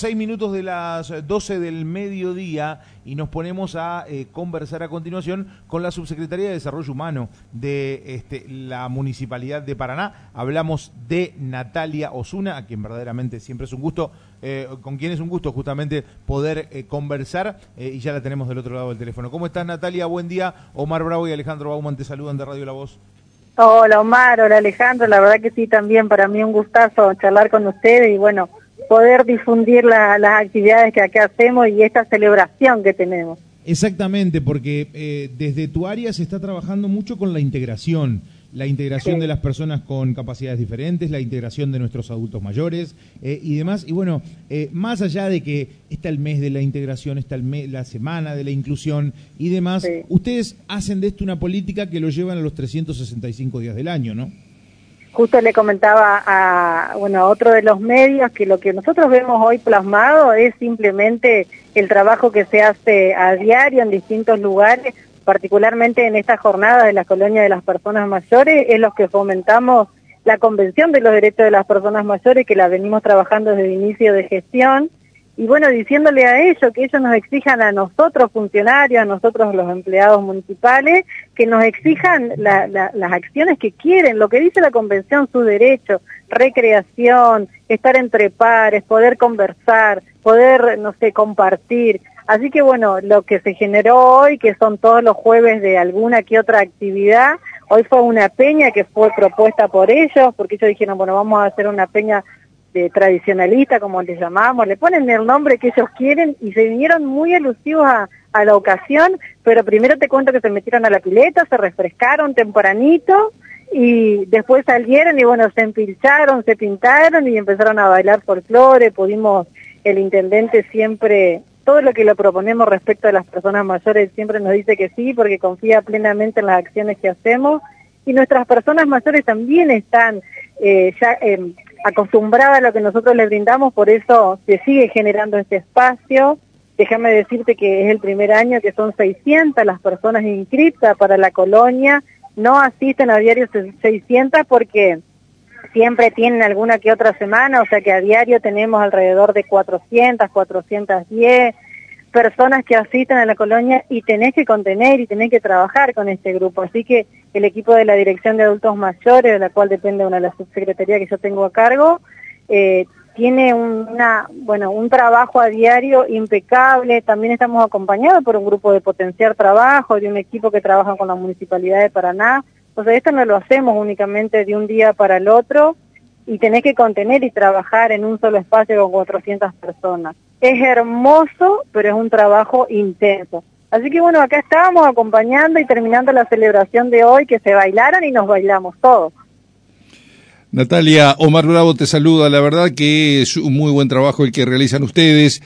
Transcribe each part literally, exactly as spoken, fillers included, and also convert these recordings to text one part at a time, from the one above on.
Seis minutos de las doce del mediodía y nos ponemos a eh, conversar a continuación con la Subsecretaría de Desarrollo Humano de este, la Municipalidad de Paraná. Hablamos de Natalia Osuna, a quien verdaderamente siempre es un gusto, eh, con quien es un gusto justamente poder eh, conversar eh, y ya la tenemos del otro lado del teléfono. ¿Cómo estás, Natalia? Buen día. Omar Bravo y Alejandro Bauman te saludan de Radio La Voz. Hola Omar, hola Alejandro, la verdad que sí, también para mí un gustazo charlar con ustedes y bueno, poder difundir la, las actividades que acá hacemos y esta celebración que tenemos. Exactamente, porque eh, desde tu área se está trabajando mucho con la integración, la integración sí. de las personas con capacidades diferentes, la integración de nuestros adultos mayores eh, y demás. Y bueno, eh, más allá de que está el mes de la integración, está el mes, la semana de la inclusión y demás, sí. ustedes hacen de esto una política que lo llevan a los trescientos sesenta y cinco días del año, ¿no? Justo le comentaba a, bueno, a otro de los medios que lo que nosotros vemos hoy plasmado es simplemente el trabajo que se hace a diario en distintos lugares, particularmente en esta jornada de la colonia de las personas mayores, es los que fomentamos la Convención de los Derechos de las Personas Mayores, que la venimos trabajando desde el inicio de gestión, y bueno, diciéndole a ellos que ellos nos exijan a nosotros funcionarios, a nosotros los empleados municipales, que nos exijan la, la, las acciones que quieren, lo que dice la Convención, sus derechos, recreación, estar entre pares, poder conversar, poder, no sé, compartir. Así que bueno, lo que se generó hoy, que son todos los jueves de alguna que otra actividad, hoy fue una peña que fue propuesta por ellos, porque ellos dijeron, bueno, vamos a hacer una peña de tradicionalista, como les llamamos, le ponen el nombre que ellos quieren y se vinieron muy elusivos a, a la ocasión, pero primero te cuento que se metieron a la pileta, se refrescaron tempranito y después salieron y bueno, se empilcharon, se pintaron y empezaron a bailar folclore. Pudimos, el intendente siempre, todo lo que le proponemos respecto a las personas mayores siempre nos dice que sí, porque confía plenamente en las acciones que hacemos y nuestras personas mayores también están eh, ya eh, acostumbrada a lo que nosotros les brindamos, por eso se sigue generando este espacio. Déjame decirte que es el primer año que son seiscientas las personas inscritas para la colonia, no asisten a diario seiscientas porque siempre tienen alguna que otra semana, o sea que a diario tenemos alrededor de cuatrocientas, cuatrocientas diez personas que asisten a la colonia y tenés que contener y tenés que trabajar con este grupo. Así que el equipo de la Dirección de Adultos Mayores, de la cual depende una de las subsecretarías que yo tengo a cargo, eh, tiene una, bueno, un trabajo a diario impecable. También estamos acompañados por un grupo de Potenciar Trabajo, de un equipo que trabaja con la Municipalidad de Paraná. O sea, esto no lo hacemos únicamente de un día para el otro y tenés que contener y trabajar en un solo espacio con cuatrocientas personas. Es hermoso, pero es un trabajo intenso. Así que bueno, acá estábamos acompañando y terminando la celebración de hoy, que se bailaron y nos bailamos todos. Natalia, Omar Bravo te saluda. La verdad que es un muy buen trabajo el que realizan ustedes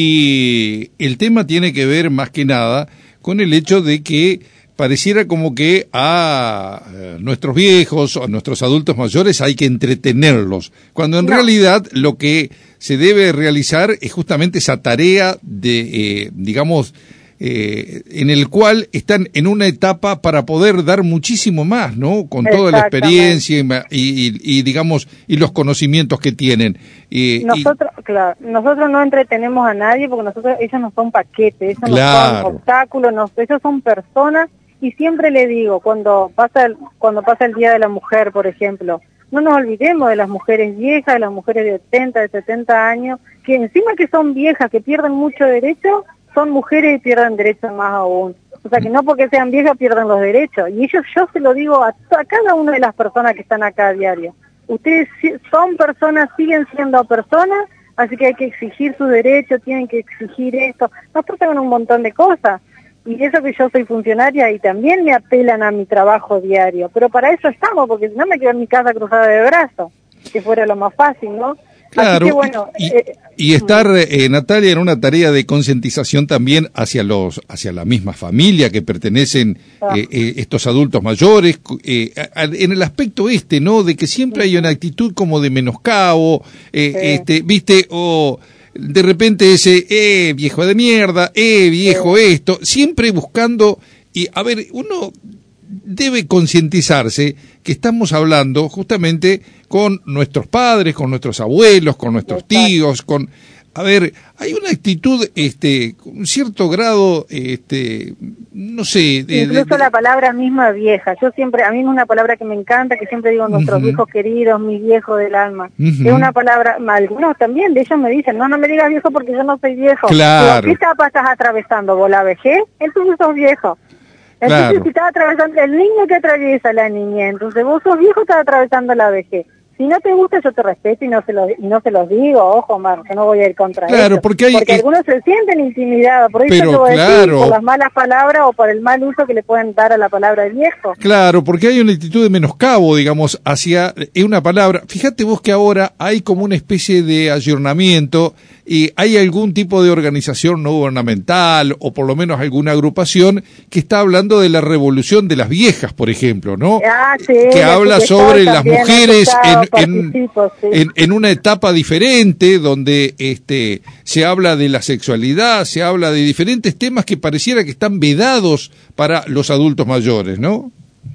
y el tema tiene que ver más que nada con el hecho de que pareciera como que a nuestros viejos o a nuestros adultos mayores hay que entretenerlos, cuando en no. realidad lo que se debe realizar es justamente esa tarea de, eh, digamos, eh, en el cual están en una etapa para poder dar muchísimo más, ¿no? Con toda la experiencia y, y, y digamos, y los conocimientos que tienen. Eh, nosotros, y... claro, nosotros no entretenemos a nadie porque nosotros, ellos no son paquetes, ellos claro. no son obstáculos, no, ellos son personas. Y siempre le digo, cuando pasa el, cuando pasa el Día de la Mujer, por ejemplo, no nos olvidemos de las mujeres viejas, de las mujeres de ochenta, de setenta años, que encima que son viejas, que pierden mucho derecho, son mujeres y pierden derechos más aún. O sea, que no porque sean viejas pierden los derechos. Y ellos, yo se lo digo a, a cada una de las personas que están acá a diario. Ustedes son personas, siguen siendo personas, así que hay que exigir sus derechos, tienen que exigir esto. Nos pasan un montón de cosas. Y eso que yo soy funcionaria y también me apelan a mi trabajo diario. Pero para eso estamos, porque si no me quedo en mi casa cruzada de brazos, que fuera lo más fácil, ¿no? Claro, Así que, bueno, y, eh, y estar, eh, Natalia, en una tarea de concientización también hacia los hacia la misma familia que pertenecen ah. eh, eh, estos adultos mayores, eh, a, a, en el aspecto este, ¿no? De que siempre hay una actitud como de menoscabo, eh, sí. este, ¿viste? O... de repente ese, eh, viejo de mierda, eh, viejo sí. esto, siempre buscando, y a ver, uno debe concientizarse que estamos hablando justamente con nuestros padres, con nuestros abuelos, con nuestros Exacto. tíos, con a ver, hay una actitud, este, con un cierto grado, este, no sé... De, Incluso de, de... la palabra misma vieja. Yo siempre, a mí es una palabra que me encanta, que siempre digo nuestros uh-huh. viejos queridos, mis viejos del alma. Uh-huh. Es una palabra, algunos también de ellos me dicen, no, no me digas viejo porque yo no soy viejo. Claro. Pero, ¿qué etapa estás atravesando vos, la vejez? Entonces sos viejo. Entonces claro. si estás atravesando el niño que atraviesa la niñez, entonces vos sos viejo, estás atravesando la vejez. Si no te gusta, yo te respeto y no se lo, y no se los digo, ojo, Mar, que no voy a ir contra claro, eso. Porque, hay, porque es... algunos se sienten intimidados, por eso pero, te voy claro. a decir, por las malas palabras o por el mal uso que le pueden dar a la palabra del viejo. Claro, porque hay una actitud de menoscabo, digamos, hacia una palabra. Fíjate vos que ahora hay como una especie de ayornamiento y hay algún tipo de organización no gubernamental o por lo menos alguna agrupación que está hablando de la revolución de las viejas, por ejemplo, ¿no? Ah, sí, que habla sobre las mujeres en, en, sí. en, en una etapa diferente donde este se habla de la sexualidad, se habla de diferentes temas que pareciera que están vedados para los adultos mayores, ¿no?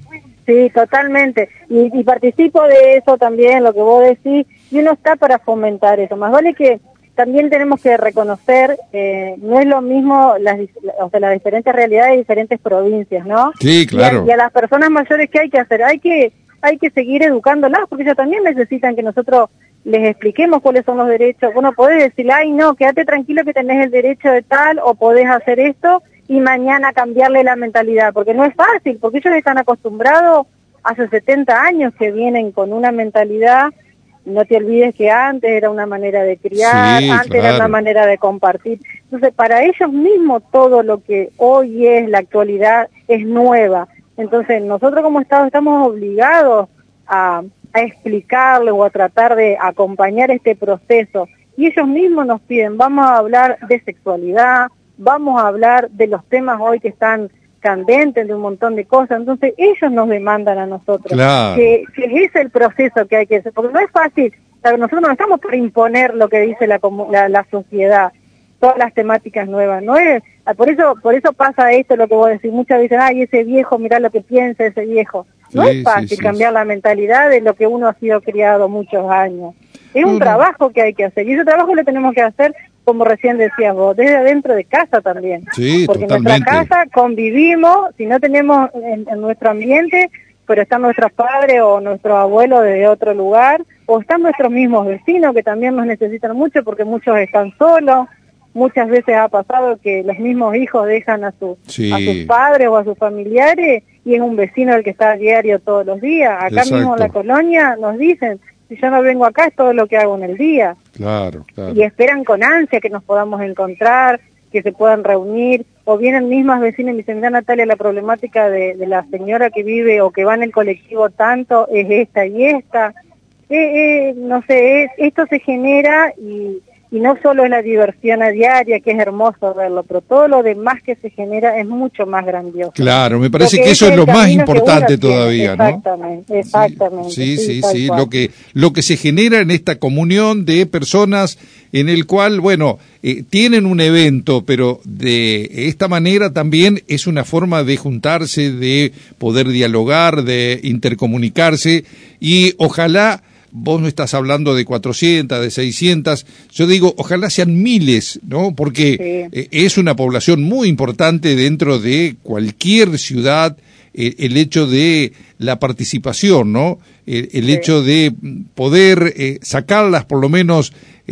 Sí, totalmente. Y, y participo de eso también, lo que vos decís, y uno está para fomentar eso. Más vale que también tenemos que reconocer, eh, no es lo mismo las, o sea, las diferentes realidades de diferentes provincias, ¿no? Sí, claro. Y a, y a las personas mayores, ¿qué hay que hacer? Hay que hay que seguir educándolas, porque ellos también necesitan que nosotros les expliquemos cuáles son los derechos. Bueno, podés decir, ay, no, quédate tranquilo que tenés el derecho de tal, o podés hacer esto, y mañana cambiarle la mentalidad, porque no es fácil, porque ellos están acostumbrados, hace setenta años que vienen con una mentalidad. No te olvides que antes era una manera de criar, sí, antes claro. era una manera de compartir. Entonces, para ellos mismos todo lo que hoy es la actualidad es nueva. Entonces, nosotros como Estado estamos obligados a, a explicarles o a tratar de acompañar este proceso. Y ellos mismos nos piden, vamos a hablar de sexualidad, vamos a hablar de los temas hoy que están candentes, de un montón de cosas. Entonces ellos nos demandan a nosotros claro. que, que es el proceso que hay que hacer, porque no es fácil. Nosotros no estamos por imponer lo que dice la, la, la sociedad, todas las temáticas nuevas, no es, por eso por eso pasa esto, lo que vos decís, muchas veces, ay, ese viejo, mirá lo que piensa ese viejo. No sí, es fácil sí, sí, cambiar sí. la mentalidad de lo que uno ha sido criado muchos años. Es un uh-huh. trabajo que hay que hacer, y ese trabajo lo tenemos que hacer, como recién decías vos, desde adentro de casa también. Sí, porque totalmente. en nuestra casa convivimos, si no tenemos en, en nuestro ambiente, pero están nuestros padres o nuestros abuelos de otro lugar, o están nuestros mismos vecinos que también nos necesitan mucho porque muchos están solos. Muchas veces ha pasado que los mismos hijos dejan a, su, sí. a sus padres o a sus familiares y es un vecino el que está a diario todos los días. Acá Exacto. mismo en la colonia nos dicen, si yo no vengo acá es todo lo que hago en el día. Claro, claro. Y esperan con ansia que nos podamos encontrar, que se puedan reunir, o vienen mismas vecinas y me dicen, mira Natalia, la problemática de, de la señora que vive o que va en el colectivo tanto es esta y esta. Eh, eh, no sé, es, esto se genera y... Y no solo es la diversión a diaria, que es hermoso verlo, pero todo lo demás que se genera es mucho más grandioso. Claro, me parece que eso es lo más importante todavía, ¿no? Exactamente, exactamente. Sí, sí, sí, sí. lo que lo que se genera en esta comunión de personas en el cual, bueno, eh, tienen un evento, pero de esta manera también es una forma de juntarse, de poder dialogar, de intercomunicarse y ojalá... Vos no estás hablando de cuatrocientas, de seiscientas, yo digo, ojalá sean miles, ¿no? Porque sí. es una población muy importante dentro de cualquier ciudad, eh, el hecho de la participación, ¿no? El, el sí. hecho de poder eh, sacarlas por lo menos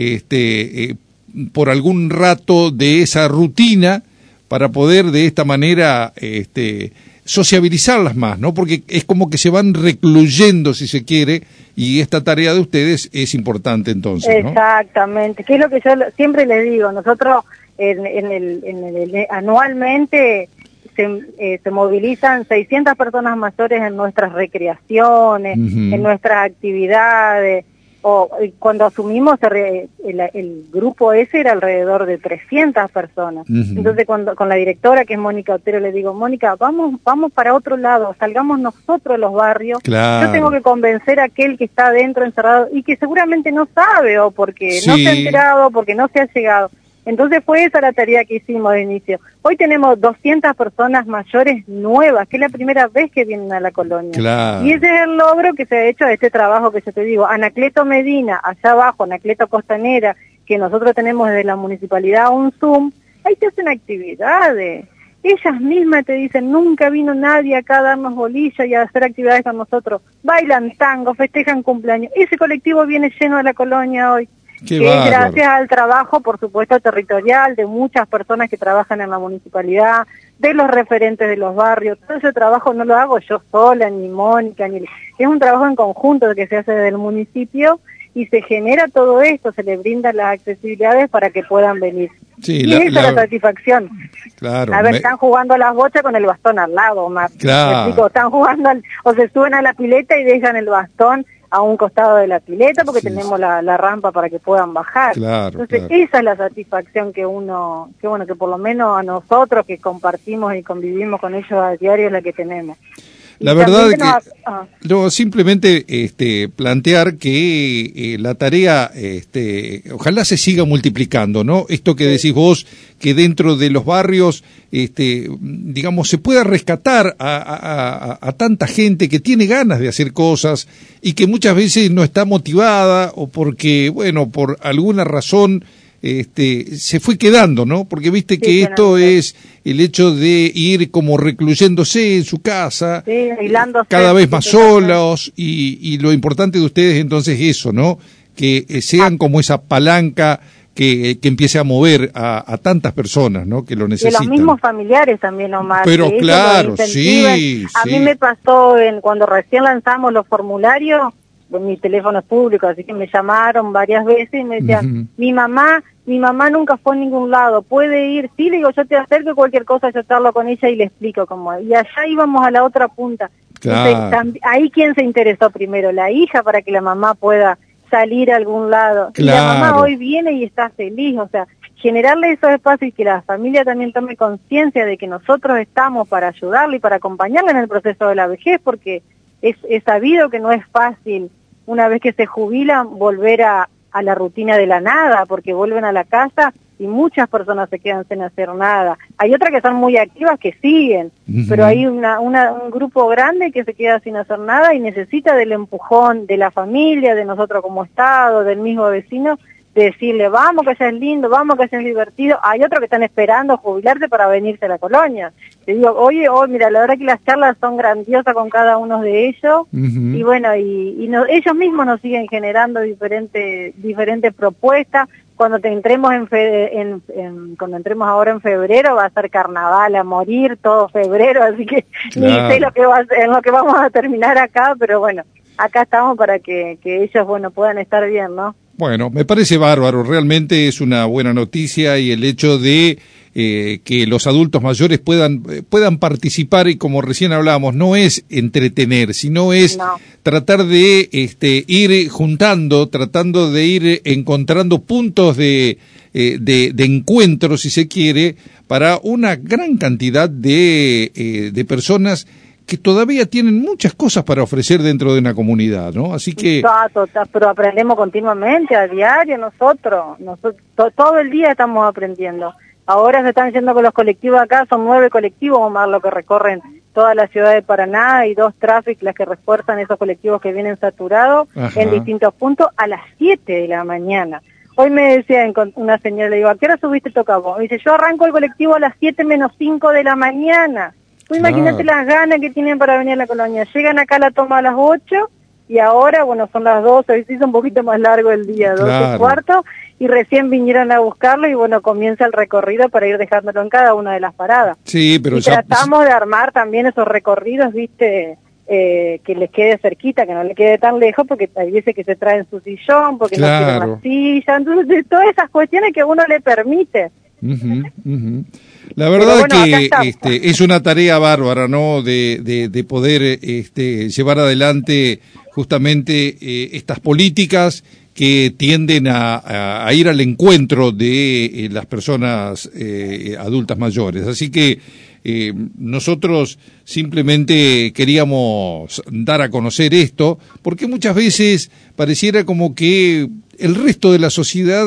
este, eh, por algún rato de esa rutina para poder de esta manera... este sociabilizarlas más, ¿no? Porque es como que se van recluyendo, si se quiere, y esta tarea de ustedes es importante entonces, ¿no? Exactamente, que es lo que yo siempre les digo, nosotros en, en, el, en el anualmente se, eh, se movilizan seiscientas personas mayores en nuestras recreaciones, uh-huh. en nuestras actividades, o cuando asumimos el, el, el grupo ese era alrededor de trescientas personas. Uh-huh. Entonces cuando con la directora que es Mónica Otero le digo, Mónica, vamos vamos para otro lado, salgamos nosotros los barrios. Claro. Yo tengo que convencer a aquel que está adentro encerrado y que seguramente no sabe o porque sí. no se ha enterado, porque no se ha llegado. Entonces fue esa la tarea que hicimos de inicio. Hoy tenemos doscientas personas mayores nuevas, que es la primera vez que vienen a la colonia. Claro. Y ese es el logro que se ha hecho de este trabajo que yo te digo. Anacleto Medina, allá abajo, Anacleto Costanera, que nosotros tenemos desde la municipalidad un Zoom, ahí te hacen actividades. Ellas mismas te dicen, nunca vino nadie acá a darnos bolilla y a hacer actividades con nosotros. Bailan tango, festejan cumpleaños. Ese colectivo viene lleno de la colonia hoy. Qué que bárbaro. Es gracias al trabajo, por supuesto, territorial, de muchas personas que trabajan en la municipalidad, de los referentes de los barrios. Todo ese trabajo no lo hago yo sola, ni Mónica, ni... Es un trabajo en conjunto que se hace desde el municipio y se genera todo esto, se les brindan las accesibilidades para que puedan venir. Sí, y la, esa la... es la satisfacción. Claro. A ver, me... están jugando a las bochas con el bastón al lado, más. Claro. Explico, están jugando, al... o se suben a la pileta y dejan el bastón a un costado de la pileta porque sí, tenemos la, la rampa para que puedan bajar. Claro, Entonces claro. esa es la satisfacción que uno, que bueno, que por lo menos a nosotros que compartimos y convivimos con ellos a diario es la que tenemos. La y verdad que nos... ah. no, simplemente este, plantear que eh, la tarea, este, ojalá se siga multiplicando, ¿no? Esto que sí. decís vos, que dentro de los barrios, este, digamos, se pueda rescatar a, a, a, a tanta gente que tiene ganas de hacer cosas y que muchas veces no está motivada o porque, bueno, por alguna razón este se fue quedando, ¿no? Porque viste que sí, esto es el hecho de ir como recluyéndose en su casa, sí, aislándose, cada vez más solos, y, y lo importante de ustedes entonces es eso, ¿no? Que eh, sean ah. como esa palanca que, que empiece a mover a, a tantas personas, ¿no? Que lo necesitan. Y los mismos familiares también, Omar. Pero claro, sí, A sí. mí me pasó en cuando recién lanzamos los formularios, mi teléfono es público, así que me llamaron varias veces y me decían, uh-huh. mi mamá, mi mamá nunca fue a ningún lado, puede ir, sí, le digo, yo te acerco cualquier cosa, yo charlo con ella y le explico cómo es. Y allá íbamos a la otra punta. Claro. Entonces, ahí quién se interesó primero, la hija, para que la mamá pueda salir a algún lado. Claro. Y la mamá hoy viene y está feliz, o sea, generarle esos espacios y que la familia también tome conciencia de que nosotros estamos para ayudarle y para acompañarle en el proceso de la vejez, porque es, es sabido que no es fácil una vez que se jubilan volver a, a la rutina de la nada, porque vuelven a la casa y muchas personas se quedan sin hacer nada. Hay otras que son muy activas que siguen, uh-huh. pero hay una, una, un grupo grande que se queda sin hacer nada y necesita del empujón de la familia, de nosotros como Estado, del mismo vecino, de decirle, vamos que sea lindo, vamos que sea divertido. Hay otros que están esperando jubilarse para venirse a la colonia. Te digo, oye, oh, mira, la verdad que las charlas son grandiosas con cada uno de ellos, uh-huh. y bueno, y, y no, ellos mismos nos siguen generando diferentes diferentes propuestas. Cuando te entremos en, fe, en, en cuando entremos ahora en febrero va a ser carnaval a morir todo febrero, así que claro. ni sé lo que va a ser, en lo que vamos a terminar acá, pero bueno, acá estamos para que, que ellos, bueno, puedan estar bien, ¿no? Bueno, me parece bárbaro, realmente es una buena noticia y el hecho de eh, que los adultos mayores puedan eh, puedan participar y como recién hablábamos, no es entretener, sino es no. tratar de este, ir juntando, tratando de ir encontrando puntos de, eh, de, de encuentro, si se quiere, para una gran cantidad de, eh, de personas que todavía tienen muchas cosas para ofrecer dentro de una comunidad, ¿no? Así que... Exacto, pero aprendemos continuamente, a diario nosotros, nosotros to, todo el día estamos aprendiendo. Ahora se están yendo con los colectivos acá, son nueve colectivos o más los que recorren toda la ciudad de Paraná y dos Traffic las que refuerzan esos colectivos que vienen saturados Ajá. en distintos puntos a las siete de la mañana. Hoy me decía una señora, le digo, ¿a qué hora subiste Tocabo? Me dice, yo arranco el colectivo a las siete menos cinco de la mañana. Tú imagínate ah. las ganas que tienen para venir a la colonia. Llegan acá a la toma a las ocho y ahora, bueno, son las doce, hoy se hizo un poquito más largo el día, doce claro. y cuarto, y recién vinieron a buscarlo y bueno, comienza el recorrido para ir dejándolo en cada una de las paradas. Sí, pero y ya... tratamos de armar también esos recorridos, viste, eh, que les quede cerquita, que no les quede tan lejos, porque hay veces que se traen su sillón, porque claro. no quieren más silla, entonces todas esas cuestiones que a uno le permite. Uh-huh, uh-huh. La verdad bueno, que este, es una tarea bárbara, ¿no? De, de, de poder este, llevar adelante justamente eh, estas políticas que tienden a, a, a ir al encuentro de eh, las personas eh, adultas mayores. Así que eh, nosotros simplemente queríamos dar a conocer esto, porque muchas veces pareciera como que el resto de la sociedad,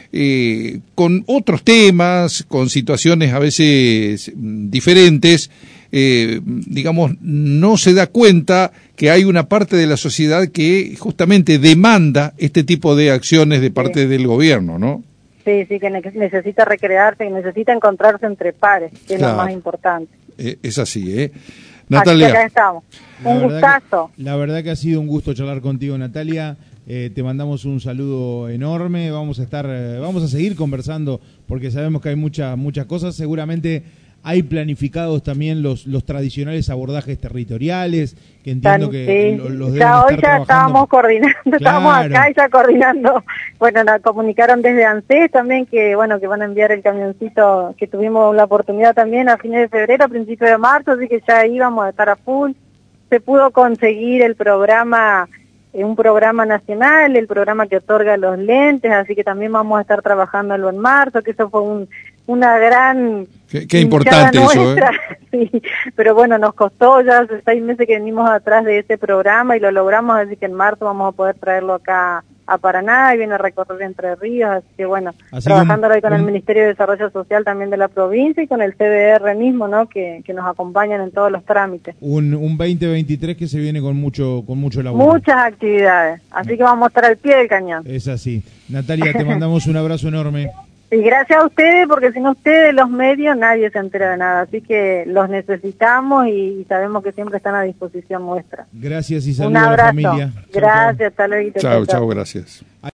eh, con otros temas, con situaciones a veces diferentes, eh, digamos, no se da cuenta que hay una parte de la sociedad que justamente demanda este tipo de acciones de parte sí. del gobierno, ¿no? Sí, sí, que necesita recrearse, que necesita encontrarse entre pares, que claro. es lo más importante. Eh, es así, ¿eh? Natalia. Aquí acá estamos. Un la gustazo. Que, la verdad que ha sido un gusto charlar contigo, Natalia. Eh, te mandamos un saludo enorme. Vamos a estar, eh, vamos a seguir conversando porque sabemos que hay muchas, muchas cosas. Seguramente hay planificados también los, los tradicionales abordajes territoriales, que entiendo Tan, que sí. lo, los deben ya estar hoy ya trabajando. estábamos coordinando, claro. estábamos acá y ya coordinando. Bueno, nos comunicaron desde ANSES también que bueno que van a enviar el camioncito, que tuvimos la oportunidad también a fines de febrero, a principios de marzo, así que ya ahí vamos a estar a full. Se pudo conseguir el programa, eh, un programa nacional, el programa que otorga los lentes, así que también vamos a estar trabajándolo en marzo, que eso fue un, una gran... Qué, qué importante eso, ¿eh? Sí, pero bueno, nos costó ya hace seis meses que venimos atrás de ese programa y lo logramos, así que en marzo vamos a poder traerlo acá a Paraná y viene a recorrer Entre Ríos, así que bueno, así trabajándolo ahí con un... el Ministerio de Desarrollo Social también de la provincia y con el C D R mismo, ¿no? Que, que nos acompañan en todos los trámites. Un, un veinte veintitrés que se viene con mucho con mucho laburo. Muchas actividades, así que vamos a estar al pie del cañón. Es así. Natalia, te mandamos un abrazo enorme. Y gracias a ustedes, porque sin ustedes, los medios, nadie se entera de nada. Así que los necesitamos y sabemos que siempre están a disposición nuestra. Gracias y saludos a la familia. Gracias, hasta luego. Chao, chao, gracias.